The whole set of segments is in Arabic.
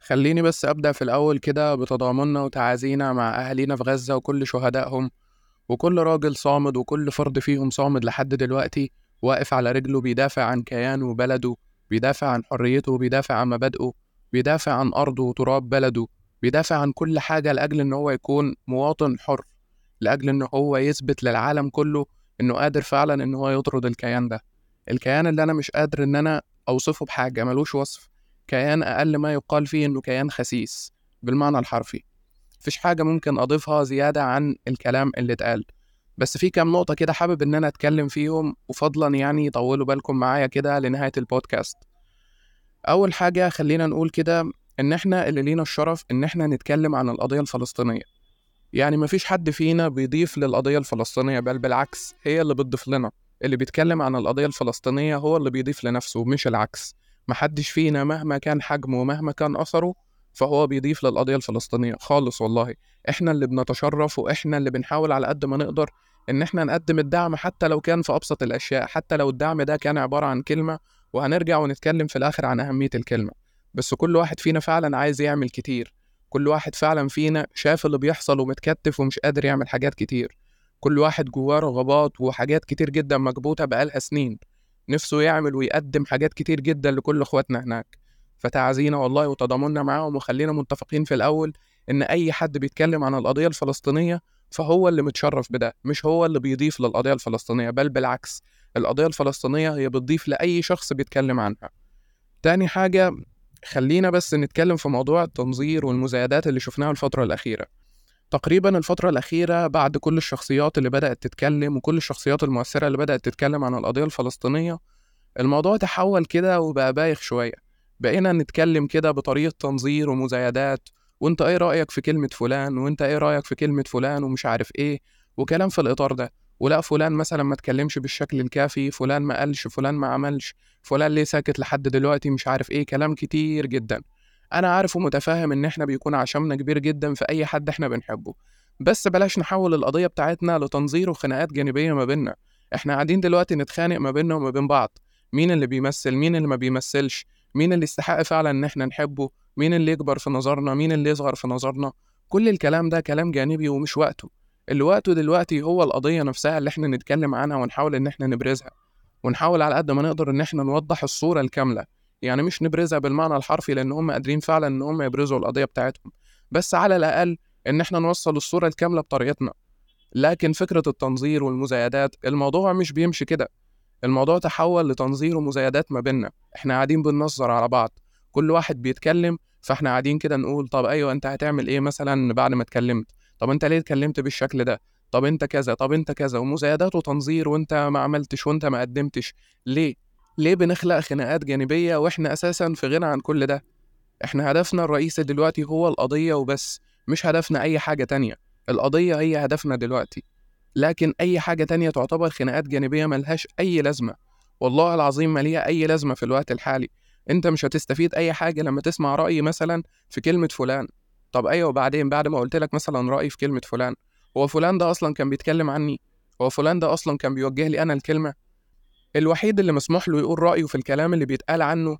خليني بس أبدأ في الأول كده بتضامننا وتعازينا مع أهالينا في غزة وكل شهدائهم، وكل راجل صامد وكل فرد فيهم صامد لحد دلوقتي، واقف على رجله بيدافع عن كيانه وبلده، بيدافع عن حريته وبيدافع عن مبادئه، بيدافع عن أرضه وتراب بلده، بيدافع عن كل حاجة لأجل إن هو يكون مواطن حر، لأجل إن هو يثبت للعالم كله إنه قادر فعلا إن هو يطرد الكيان ده. الكيان اللي أنا مش قادر إن أنا أوصفه بحاجة، ملوش وصف. كيان أقل ما يقال فيه إنه كيان خسيس بالمعنى الحرفي. مفيش حاجة ممكن أضيفها زيادة عن الكلام اللي اتقال، بس في كام نقطة كده حابب إن أنا أتكلم فيهم، وفضلا يعني طولوا بالكم معايا كده لنهاية البودكاست. أول حاجة خلينا نقول كده إن إحنا اللي لينا الشرف إن إحنا نتكلم عن القضية الفلسطينية. يعني مفيش حد فينا بيضيف للقضية الفلسطينية، بل بالعكس هي اللي بتضيف لنا. اللي بيتكلم عن القضية الفلسطينية هو اللي بيضيف لنفسه مش العكس. محدش فينا مهما كان حجمه ومهما كان أثره فهو بيضيف للقضية الفلسطينية خالص والله. احنا اللي بنتشرف واحنا اللي بنحاول على قد ما نقدر ان احنا نقدم الدعم، حتى لو كان في أبسط الأشياء، حتى لو الدعم ده كان عبارة عن كلمة، وهنرجع ونتكلم في الآخر عن أهمية الكلمة. بس كل واحد فينا فعلا عايز يعمل كتير. كل واحد فعلا فينا شاف اللي بيحصل ومتكتف ومش قادر يعمل حاجات كتير. كل واحد جواه رغبات وحاجات كتير جدا مكبوتة بقالها سنين، نفسه يعمل ويقدم حاجات كتير جدا لكل اخواتنا هناك. فتعزينا والله وتضامننا معاهم، وخلينا متفقين في الأول إن أي حد بيتكلم عن القضية الفلسطينية فهو اللي متشرف بده، مش هو اللي بيضيف للقضية الفلسطينية، بل بالعكس. القضية الفلسطينية هي بتضيف لأي شخص بيتكلم عنها. تاني حاجة، خلينا بس نتكلم في موضوع التنظير والمزايدات اللي شفناها الفترة الأخيرة. تقريبا الفترة الأخيرة بعد كل الشخصيات اللي بدأت تتكلم وكل الشخصيات المؤثرة اللي بدأت تتكلم عن القضية الفلسطينية، الموضوع تحول كده وبقى بايخ شوية. بقينا نتكلم كده بطريقة تنظير ومزايدات، وانت ايه رأيك في كلمة فلان، وانت ايه رأيك في كلمة فلان، ومش عارف ايه، وكلام في الإطار ده. ولا فلان مثلا ما اتكلمش بالشكل الكافي، فلان ما قالش، فلان ما عملش، فلان ليه ساكت لحد دلوقتي، مش عارف ايه، كلام كتير جدا. انا عارف ومتفاهم ان احنا بيكون عشمنا كبير جدا في اي حد احنا بنحبه، بس بلاش نحول القضية بتاعتنا لتنظير وخناقات جانبية ما بيننا. احنا قاعدين دلوقتي نتخانق ما بيننا وما بين بعض. مين اللي بيمثل، مين اللي ما بيمثلش، مين اللي يستحق فعلا ان احنا نحبه، مين اللي يكبر في نظرنا، مين اللي يصغر في نظرنا. كل الكلام ده كلام جانبي ومش وقته. اللي وقته دلوقتي هو القضية نفسها اللي احنا نتكلم عنها ونحاول ان احنا نبرزها، ونحاول على قد ما نقدر ان احنا نوضح الصورة الكاملة. يعني مش نبرزها بالمعنى الحرفي لان هم قادرين فعلا ان هم يبرزوا القضية بتاعتهم، بس على الاقل ان احنا نوصل الصورة الكاملة بطريقتنا. لكن فكرة التنظير والمزايدات الموضوع مش بيمشي كده. الموضوع تحول لتنظير ومزايدات ما بيننا، احنا قاعدين بننظر على بعض. كل واحد بيتكلم فاحنا قاعدين كده نقول طب ايوه انت هتعمل ايه مثلا بعد ما اتكلمت، طب انت ليه اتكلمت بالشكل ده، طب انت كذا، طب انت كذا، ومزايدات وتنظير، وانت ما عملتش وانت ما قدمتش. ليه؟ ليه بنخلق خناقات جانبية واحنا اساسا في غنى عن كل ده؟ احنا هدفنا الرئيسي دلوقتي هو القضية وبس، مش هدفنا اي حاجة تانية. القضية هي هدفنا دلوقتي، لكن أي حاجة تانية تعتبر خناقات جانبية ملهاش أي لازمة. والله العظيم ما ليها أي لازمة في الوقت الحالي. أنت مش هتستفيد أي حاجة لما تسمع رأيي مثلا في كلمة فلان. طب أيوة، وبعدين بعد ما قلت لك مثلا رأيي في كلمة فلان، هو فلان ده أصلا كان بيتكلم عني؟ هو فلان ده أصلا كان بيوجه لي أنا الكلمة؟ الوحيد اللي مسموح له يقول رأيه في الكلام اللي بيتقال عنه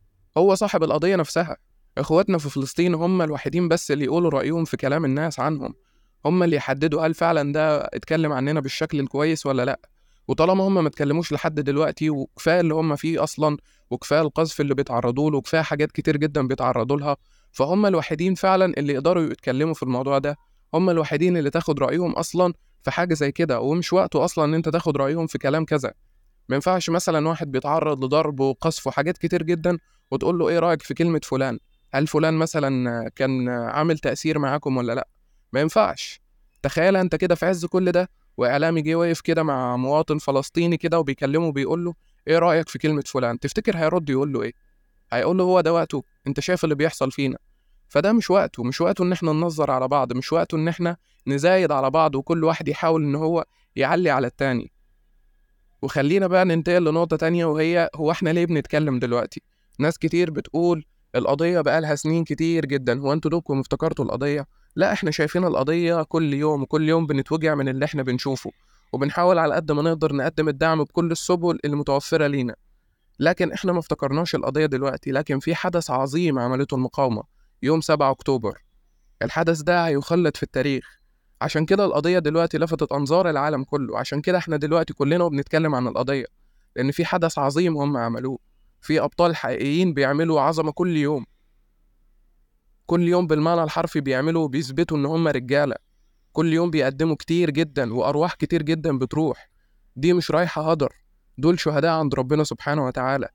هو صاحب القضية نفسها. إخواتنا في فلسطين هم الوحيدين بس اللي يقولوا رأيهم في كلام الناس عنهم. هم اللي يحددوا هل فعلا ده اتكلم عننا بالشكل الكويس ولا لأ. وطالما هم ما اتكلموش لحد دلوقتي، وكفاية اللي هم فيه أصلا، وكفاية القذف اللي بيتعرضوا له، وكفاية حاجات كتير جدا بيتعرضوا لها، فهم الوحيدين فعلا اللي يقدروا يتكلموا في الموضوع ده. هم الوحيدين اللي تاخد رأيهم أصلا في حاجة زي كده، ومش وقته أصلا إن أنت تاخد رأيهم في كلام كذا. ما ينفعش مثلا واحد بيتعرض لضرب وقذف وحاجات كتير جدا وتقول له ايه رأيك في كلمة فلان، هل فلان مثلا كان عامل تأثير معاكم ولا لا؟ ما ينفعش. تخيل انت كده في عز كل ده، واعلامي جه واقف كده مع مواطن فلسطيني كده وبيكلمه بيقول له ايه رأيك في كلمة فلان، تفتكر هيرد يقول له ايه؟ هيقول له هو ده وقته؟ انت شايف اللي بيحصل فينا؟ فده مش وقته، مش وقته ان احنا ننظر على بعض، مش وقته ان احنا نزايد على بعض وكل واحد يحاول ان هو يعلي على التاني. وخلينا بقى ننتقل لنقطة تانية، وهي هو احنا ليه بنتكلم دلوقتي؟ ناس كتير بتقول القضية بقالها سنين كتير جدا، هو انتوا دوبكم افتكرتوا القضية؟ لا، احنا شايفين القضية كل يوم، وكل يوم بنتوجع من اللي احنا بنشوفه، وبنحاول على قد ما نقدر نقدم الدعم بكل السبل المتوفرة لينا. لكن احنا ما افتكرناش القضية دلوقتي، لكن في حدث عظيم عملته المقاومة. يوم 7 أكتوبر. الحدث ده هيخلد في التاريخ. عشان كده القضية دلوقتي لفتت أنظار العالم كله، عشان كده احنا دلوقتي كلنا بنتكلم عن القضية، لأن في حدث عظيم هم عملوه، في أبطال حقيقيين بيعملوا عظمة كل يوم، كل يوم بالمعنى الحرفي بيعملوا وبيثبتوا إن هم رجالة، كل يوم بيقدموا كتير جدا وأرواح كتير جدا بتروح، دي مش رايحة هدر، دول شهداء عند ربنا سبحانه وتعالى.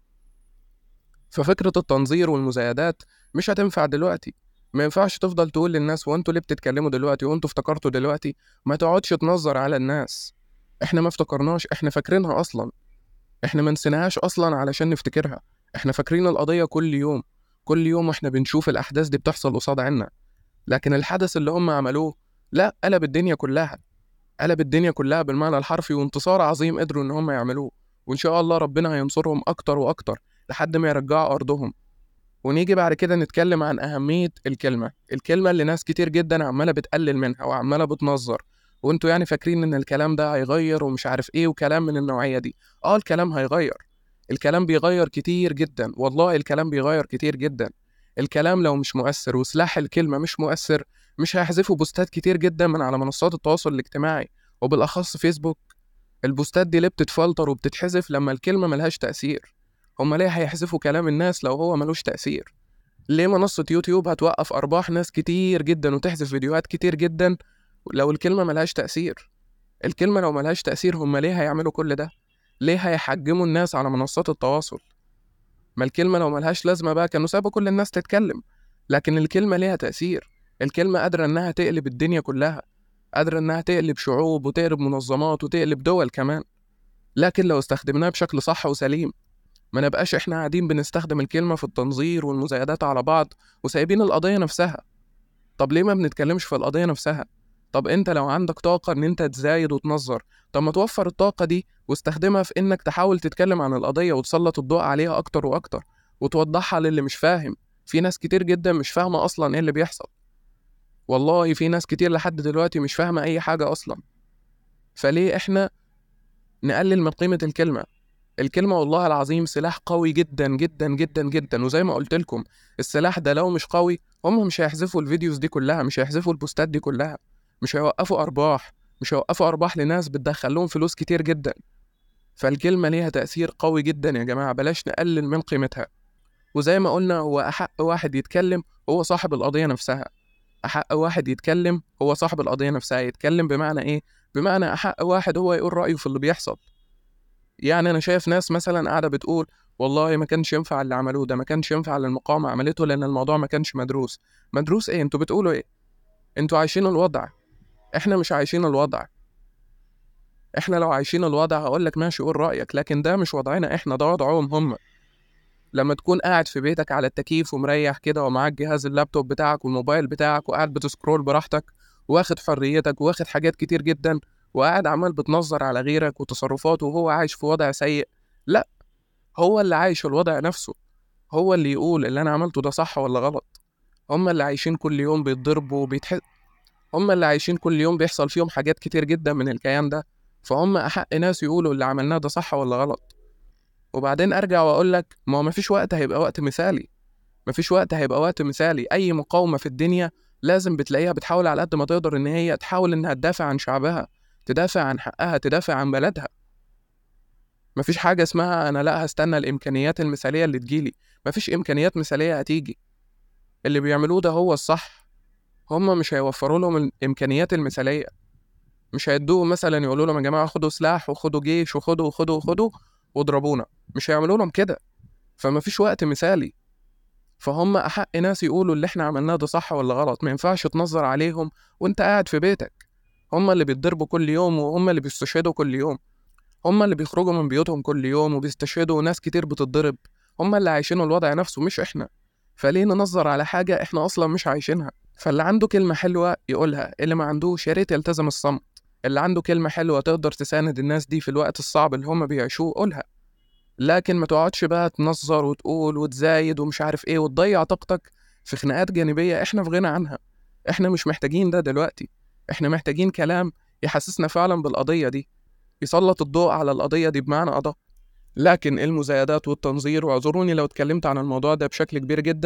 ففكرة التنظير والمزايدات مش هتنفع دلوقتي. ما ينفعش تفضل تقول للناس وانتوا ليه بتتكلموا دلوقتي وانتوا افتكرتوا دلوقتي. ما تقعدش تنظر على الناس. احنا ما افتكرناش، احنا فاكرينها اصلا، احنا ما نسيناهاش اصلا علشان نفتكرها. احنا فاكرين القضية كل يوم، كل يوم احنا بنشوف الاحداث دي بتحصل قصاد عنا. لكن الحدث اللي هم عملوه، لا، قلب الدنيا كلها، قلب الدنيا كلها بالمعنى الحرفي، وانتصار عظيم قدروا ان هم يعملوه. وان شاء الله ربنا هينصرهم اكتر واكتر لحد ما يرجعوا ارضهم. ونيجي بعد كده نتكلم عن أهمية الكلمة اللي ناس كتير جدا عمالة بتقلل منها وعمالة بتنظر، وانتوا يعني فاكرين ان الكلام ده هيغير ومش عارف ايه وكلام من النوعية دي. الكلام هيغير، الكلام بيغير كتير جدا، والله الكلام بيغير كتير جدا. الكلام لو مش مؤثر وسلاح الكلمة مش مؤثر، مش هيحذفوا بوستات كتير جدا من على منصات التواصل الاجتماعي، وبالأخص فيسبوك. البوستات دي ليه بتتفلتر وبتتحذف لما الكلمة ملهاش تأثير؟ هما ليه هيحذفوا كلام الناس لو هو ملوش تأثير؟ ليه منصة يوتيوب هتوقف أرباح ناس كتير جدا وتحذف فيديوهات كتير جدا لو الكلمة ملهاش تأثير؟ الكلمة لو ملهاش تأثير هما ليه هيعملوا كل ده؟ ليه هيحجموا الناس على منصات التواصل؟ ما الكلمة لو ملهاش لازمة بقى كانوا سابوا كل الناس تتكلم. لكن الكلمة ليها تأثير، الكلمة قادرة إنها تقلب الدنيا كلها، قادرة إنها تقلب شعوب وتقلب منظمات وتقلب دول كمان. لكن لو استخدمناها بشكل صح وسليم، ما نبقاش احنا قاعدين بنستخدم الكلمة في التنظير والمزايدات على بعض وسايبين القضية نفسها. طب ليه ما بنتكلمش في القضية نفسها؟ طب انت لو عندك طاقة ان انت تزايد وتنظر، طب ما توفر الطاقة دي واستخدمها في انك تحاول تتكلم عن القضية وتسلط الضوء عليها اكتر واكتر، وتوضحها للي مش فاهم. في ناس كتير جدا مش فاهمة اصلا ايه اللي بيحصل، والله في ناس كتير لحد دلوقتي مش فاهمة اي حاجة اصلا. فليه احنا نقلل من قيمة الكلمة؟ الكلمة والله العظيم سلاح قوي جدا جدا جدا جدا، وزي ما قلت لكم السلاح ده لو مش قوي هم مش هيحذفوا الفيديوز دي كلها، مش هيحذفوا البوستات دي كلها، مش هيوقفوا أرباح، مش هيوقفوا أرباح لناس بتدخل لهم فلوس كتير جدا. فالكلمة ليها تأثير قوي جدا يا جماعة، بلاش نقلل من قيمتها. وزي ما قلنا هو أحق واحد يتكلم هو صاحب القضية نفسها. أحق واحد يتكلم هو صاحب القضية نفسها. يتكلم بمعنى إيه؟ بمعنى أحق واحد هو يقول رأيه في اللي بيحصل. يعني انا شايف ناس مثلا قاعده بتقول والله ما كانش ينفع اللي عملوه ده، ما كانش ينفع اللي المقاومه عملته لان الموضوع ما كانش مدروس. مدروس ايه؟ انتوا بتقولوا ايه؟ انتوا عايشين الوضع، احنا مش عايشين الوضع. احنا لو عايشين الوضع هقول لك ماشي قول رايك، لكن ده مش وضعنا احنا، ده وضعهم هم. لما تكون قاعد في بيتك على التكييف ومريح كده ومعاك جهاز اللابتوب بتاعك والموبايل بتاعك وقاعد بتسكرول براحتك واخد حريتك واخد حاجات كتير جدا، وقاعد عمال بتنظر على غيرك وتصرفاته وهو عايش في وضع سيء، لا، هو اللي عايش الوضع نفسه، هو اللي يقول اللي انا عملته ده صح ولا غلط. هم اللي عايشين كل يوم بيتضربوا هم اللي عايشين كل يوم بيحصل فيهم حاجات كتير جدا من الكيان ده، فهم احق ناس يقولوا اللي عملناه ده صح ولا غلط. وبعدين ارجع واقول لك ما هو مفيش وقت هيبقى وقت مثالي، مفيش وقت هيبقى وقت مثالي. اي مقاومة في الدنيا لازم بتلاقيها بتحاول على قد ما تقدر ان هي تحاول انها تدافع عن شعبها، تدافع عن حقها، تدافع عن بلدها. مفيش حاجة اسمها أنا لأ هستنى الإمكانيات المثالية اللي تجيلي، مفيش إمكانيات مثالية هتيجي. اللي بيعملوه ده هو الصح. هما مش هيوفروا لهم الإمكانيات المثالية، مش هيدوه مثلا يقولوا لهم يا جماعة خدوا سلاح وخدوا جيش وخدوا واضربونا، مش هيعملوا لهم كده. فمفيش وقت مثالي. فهم أحق ناس يقولوا اللي احنا عملناه ده صح ولا غلط. ما ينفعش تنظر عليهم وانت قاعد في بيتك. هما اللي بيتضربوا كل يوم وهم اللي بيستشهدوا كل يوم، هما اللي بيخرجوا من بيوتهم كل يوم وبيستشهدوا وناس كتير بتتضرب، هما اللي عايشين الوضع نفسه مش احنا. فليه ننظر على حاجة احنا اصلا مش عايشينها؟ فاللي عنده كلمة حلوة يقولها، اللي ما عندوش يا ريت يلتزم الصمت. اللي عنده كلمة حلوة تقدر تساند الناس دي في الوقت الصعب اللي هما بيعيشوه قولها. لكن ما تقعدش بقى تنظر وتقول وتزايد ومش عارف ايه وتضيع طاقتك في خناقات جانبية احنا في غنى عنها. احنا مش محتاجين ده دلوقتي. احنا محتاجين كلام يحسسنا فعلا بالقضية دي، يسلط الضوء على القضية دي بمعنى أدق. لكن المزايدات والتنظير، واعذروني لو اتكلمت عن الموضوع ده بشكل كبير جدا،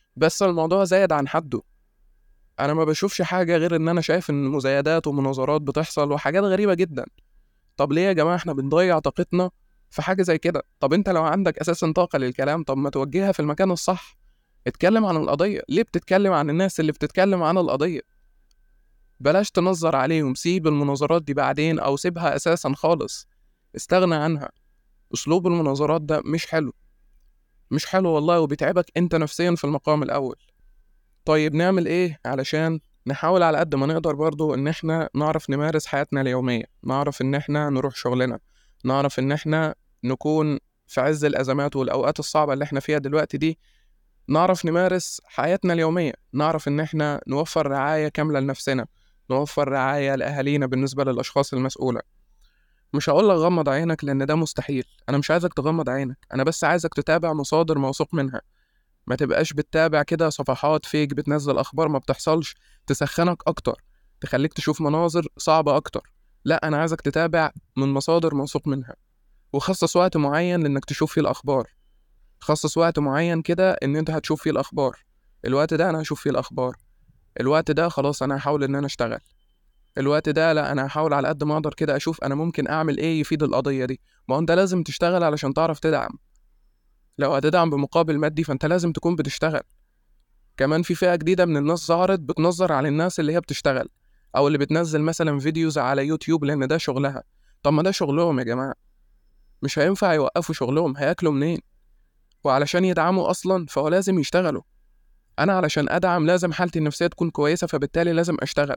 بس الموضوع زايد عن حده. انا ما بشوفش حاجة غير ان انا شايف ان مزايدات ومناظرات بتحصل وحاجات غريبة جدا. طب ليه يا جماعة احنا بنضيع طاقتنا في حاجة زي كده؟ طب انت لو عندك اساسا طاقة للكلام، طب ما توجهها في المكان الصح. اتكلم عن القضية. ليه بتتكلم عن الناس اللي بتتكلم عن القضية؟ بلاش تنظر عليهم. سيب المناظرات دي بعدين او سيبها اساسا خالص. استغنى عنها. اسلوب المناظرات ده مش حلو. مش حلو والله، وبيتعبك انت نفسيا في المقام الاول. طيب نعمل ايه علشان نحاول على قد ما نقدر برضو ان احنا نعرف نمارس حياتنا اليومية، نعرف ان احنا نروح شغلنا، نعرف ان احنا نكون في عز الازمات والاوقات الصعبة اللي احنا فيها دلوقتي دي، نعرف نمارس حياتنا اليومية، نعرف ان احنا نوفر رعاية كاملة لنفسنا، نوفر رعاية لأهالينا بالنسبة للأشخاص المسؤولة. مش هقولك غمض عينك لأن ده مستحيل، أنا مش عايزك تغمض عينك، أنا بس عايزك تتابع مصادر موثوق منها. ما تبقاش بتتابع كده صفحات فيك بتنزل أخبار ما بتحصلش تسخنك أكتر، تخليك تشوف مناظر صعبة أكتر. لا، أنا عايزك تتابع من مصادر موثوق منها، وخصص وقت معين لأنك تشوف فيه الأخبار. خصص وقت معين كده إن أنت هتشوف فيه الأخبار. الوقت ده أنا هشوف فيه الأخبار. الوقت ده خلاص أنا هحاول إن أنا أشتغل. الوقت ده لا، أنا هحاول على قد ما أقدر كده أشوف أنا ممكن أعمل إيه يفيد القضية دي. ما هو أنت لازم تشتغل علشان تعرف تدعم. لو هتدعم بمقابل مادي فأنت لازم تكون بتشتغل. كمان في فئة جديدة من الناس ظهرت بتنظر على الناس اللي هي بتشتغل، أو اللي بتنزل مثلا فيديوز على يوتيوب لأن ده شغلها. طب ما ده شغلهم يا جماعة، مش هينفع يوقفوا شغلهم، هياكلوا منين؟ وعلشان يدعموا أصلا فهو لازم يشتغلوا. أنا علشان أدعم لازم حالتي النفسية تكون كويسة، فبالتالي لازم أشتغل.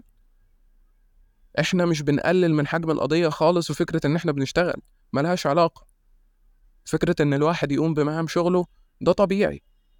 إحنا مش بنقلل من حجم القضية خالص، وفكرة إن إحنا بنشتغل ملهاش علاقة. فكرة إن الواحد يقوم بمهام شغله ده طبيعي،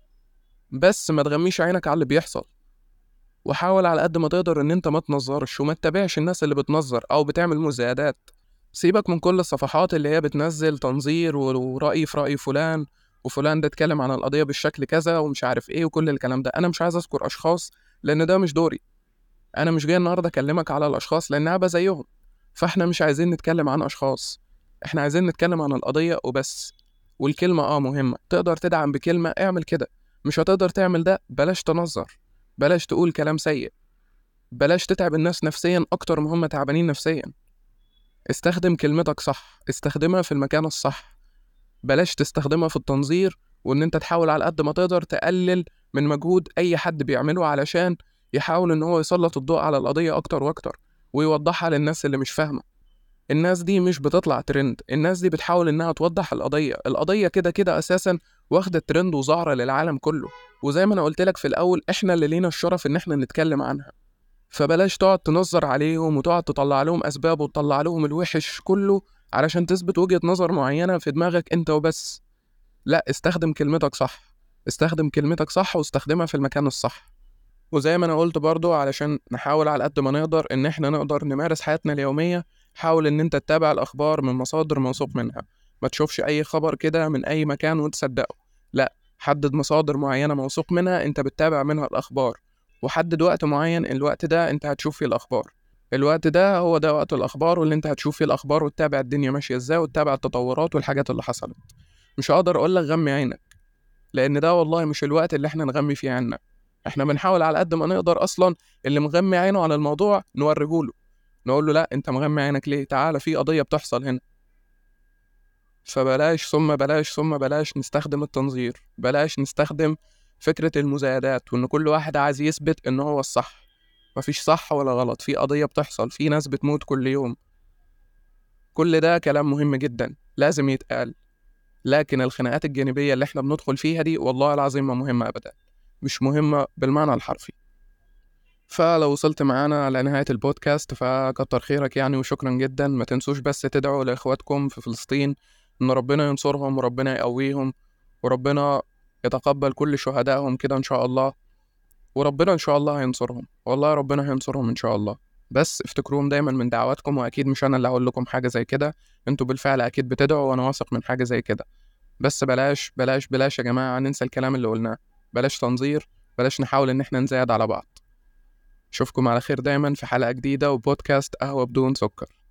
بس ما تغميش عينك على اللي بيحصل. وحاول على قد ما تقدر ان انت ما تنظرش وما تتابعش الناس اللي بتنظر او بتعمل مزايدات. سيبك من كل الصفحات اللي هي بتنزل تنظير ورأي في رأي فلان، وفلان ده اتكلم عن القضية بالشكل كذا ومش عارف ايه وكل الكلام ده. انا مش عايز اذكر اشخاص لان ده مش دوري. انا مش جاي النهارده اكلمك على الاشخاص لان ابقى زيهم. فاحنا مش عايزين نتكلم عن اشخاص، احنا عايزين نتكلم عن القضية وبس. والكلمة مهمة، تقدر تدعم بكلمة اعمل كده. مش هتقدر تعمل ده بلاش تنظر، بلاش تقول كلام سيء، بلاش تتعب الناس نفسيا اكتر ما هم تعبانين نفسيا. استخدم كلمتك صح، استخدمها في المكان الصح. بلاش تستخدمها في التنظير، وان انت تحاول على قد ما تقدر تقلل من مجهود اي حد بيعمله علشان يحاول ان هو يسلط الضوء على القضية اكتر واكتر، ويوضحها للناس اللي مش فاهمة. الناس دي مش بتطلع ترند، الناس دي بتحاول انها توضح القضية كده كده اساسا واخدة ترند وظاهرة للعالم كله. وزي ما انا قلت لك في الاول، احنا اللي لينا الشرف ان احنا نتكلم عنها. فبلاش تقعد تنظر عليهم وتقعد تطلع لهم أسباب وتطلع لهم الوحش كله علشان تثبت وجهة نظر معينة في دماغك أنت وبس. لا، استخدم كلمتك صح، استخدم كلمتك صح واستخدمها في المكان الصح. وزي ما أنا قلت برضو، علشان نحاول على قد ما نقدر إن إحنا نقدر نمارس حياتنا اليومية، حاول إن أنت تتابع الأخبار من مصادر موثوق منها. ما تشوفش أي خبر كده من أي مكان وتصدقه. لا، حدد مصادر معينة موثوق منها أنت بتتابع منها الأخبار، وحدد وقت معين الوقت ده أنت هتشوف فيه الأخبار. الوقت ده هو ده وقت الأخبار، واللي أنت هتشوف فيه الأخبار وتتابع الدنيا ماشية إزاي وتتابع التطورات والحاجات اللي حصلت. مش هقدر أقولك غمي عينك، لأن ده والله مش الوقت اللي إحنا نغمي فيه عنا. إحنا بنحاول على قد ما نقدر أصلا اللي مغمي عينه على الموضوع نوريهوله، نقول له لا أنت مغمي عينك ليه، تعالى في قضية بتحصل هنا. فبلاش ثم بلاش ثم بلاش نستخدم التنظير، بلاش نستخدم فكرة المزايدات وإن كل واحد عايز يثبت إن هو الصح. مفيش صح ولا غلط، في قضية بتحصل، في ناس بتموت كل يوم. كل ده كلام مهم جدا لازم يتقال. لكن الخناقات الجانبية اللي احنا بندخل فيها دي والله العظيم ما مهمة أبدا، مش مهمة بالمعنى الحرفي. فلو وصلت معانا لنهاية البودكاست فكتر خيرك يعني، وشكرا جدا. ما تنسوش بس تدعوا لإخواتكم في فلسطين إن ربنا ينصرهم وربنا يقويهم، وربنا يتقبل كل شهدائهم كده إن شاء الله. وربنا إن شاء الله هينصرهم، والله ربنا هينصرهم إن شاء الله. بس افتكروهم دايما من دعواتكم، وأكيد مش أنا اللي هقول لكم حاجة زي كده، انتوا بالفعل أكيد بتدعوا وأنا واثق من حاجة زي كده. بس بلاش بلاش بلاش يا جماعة ننسى الكلام اللي قلناه. بلاش تنظير، بلاش نحاول إن احنا نزايد على بعض. أشوفكم على خير دايما في حلقة جديدة وبودكاست قهوة بدون سكر.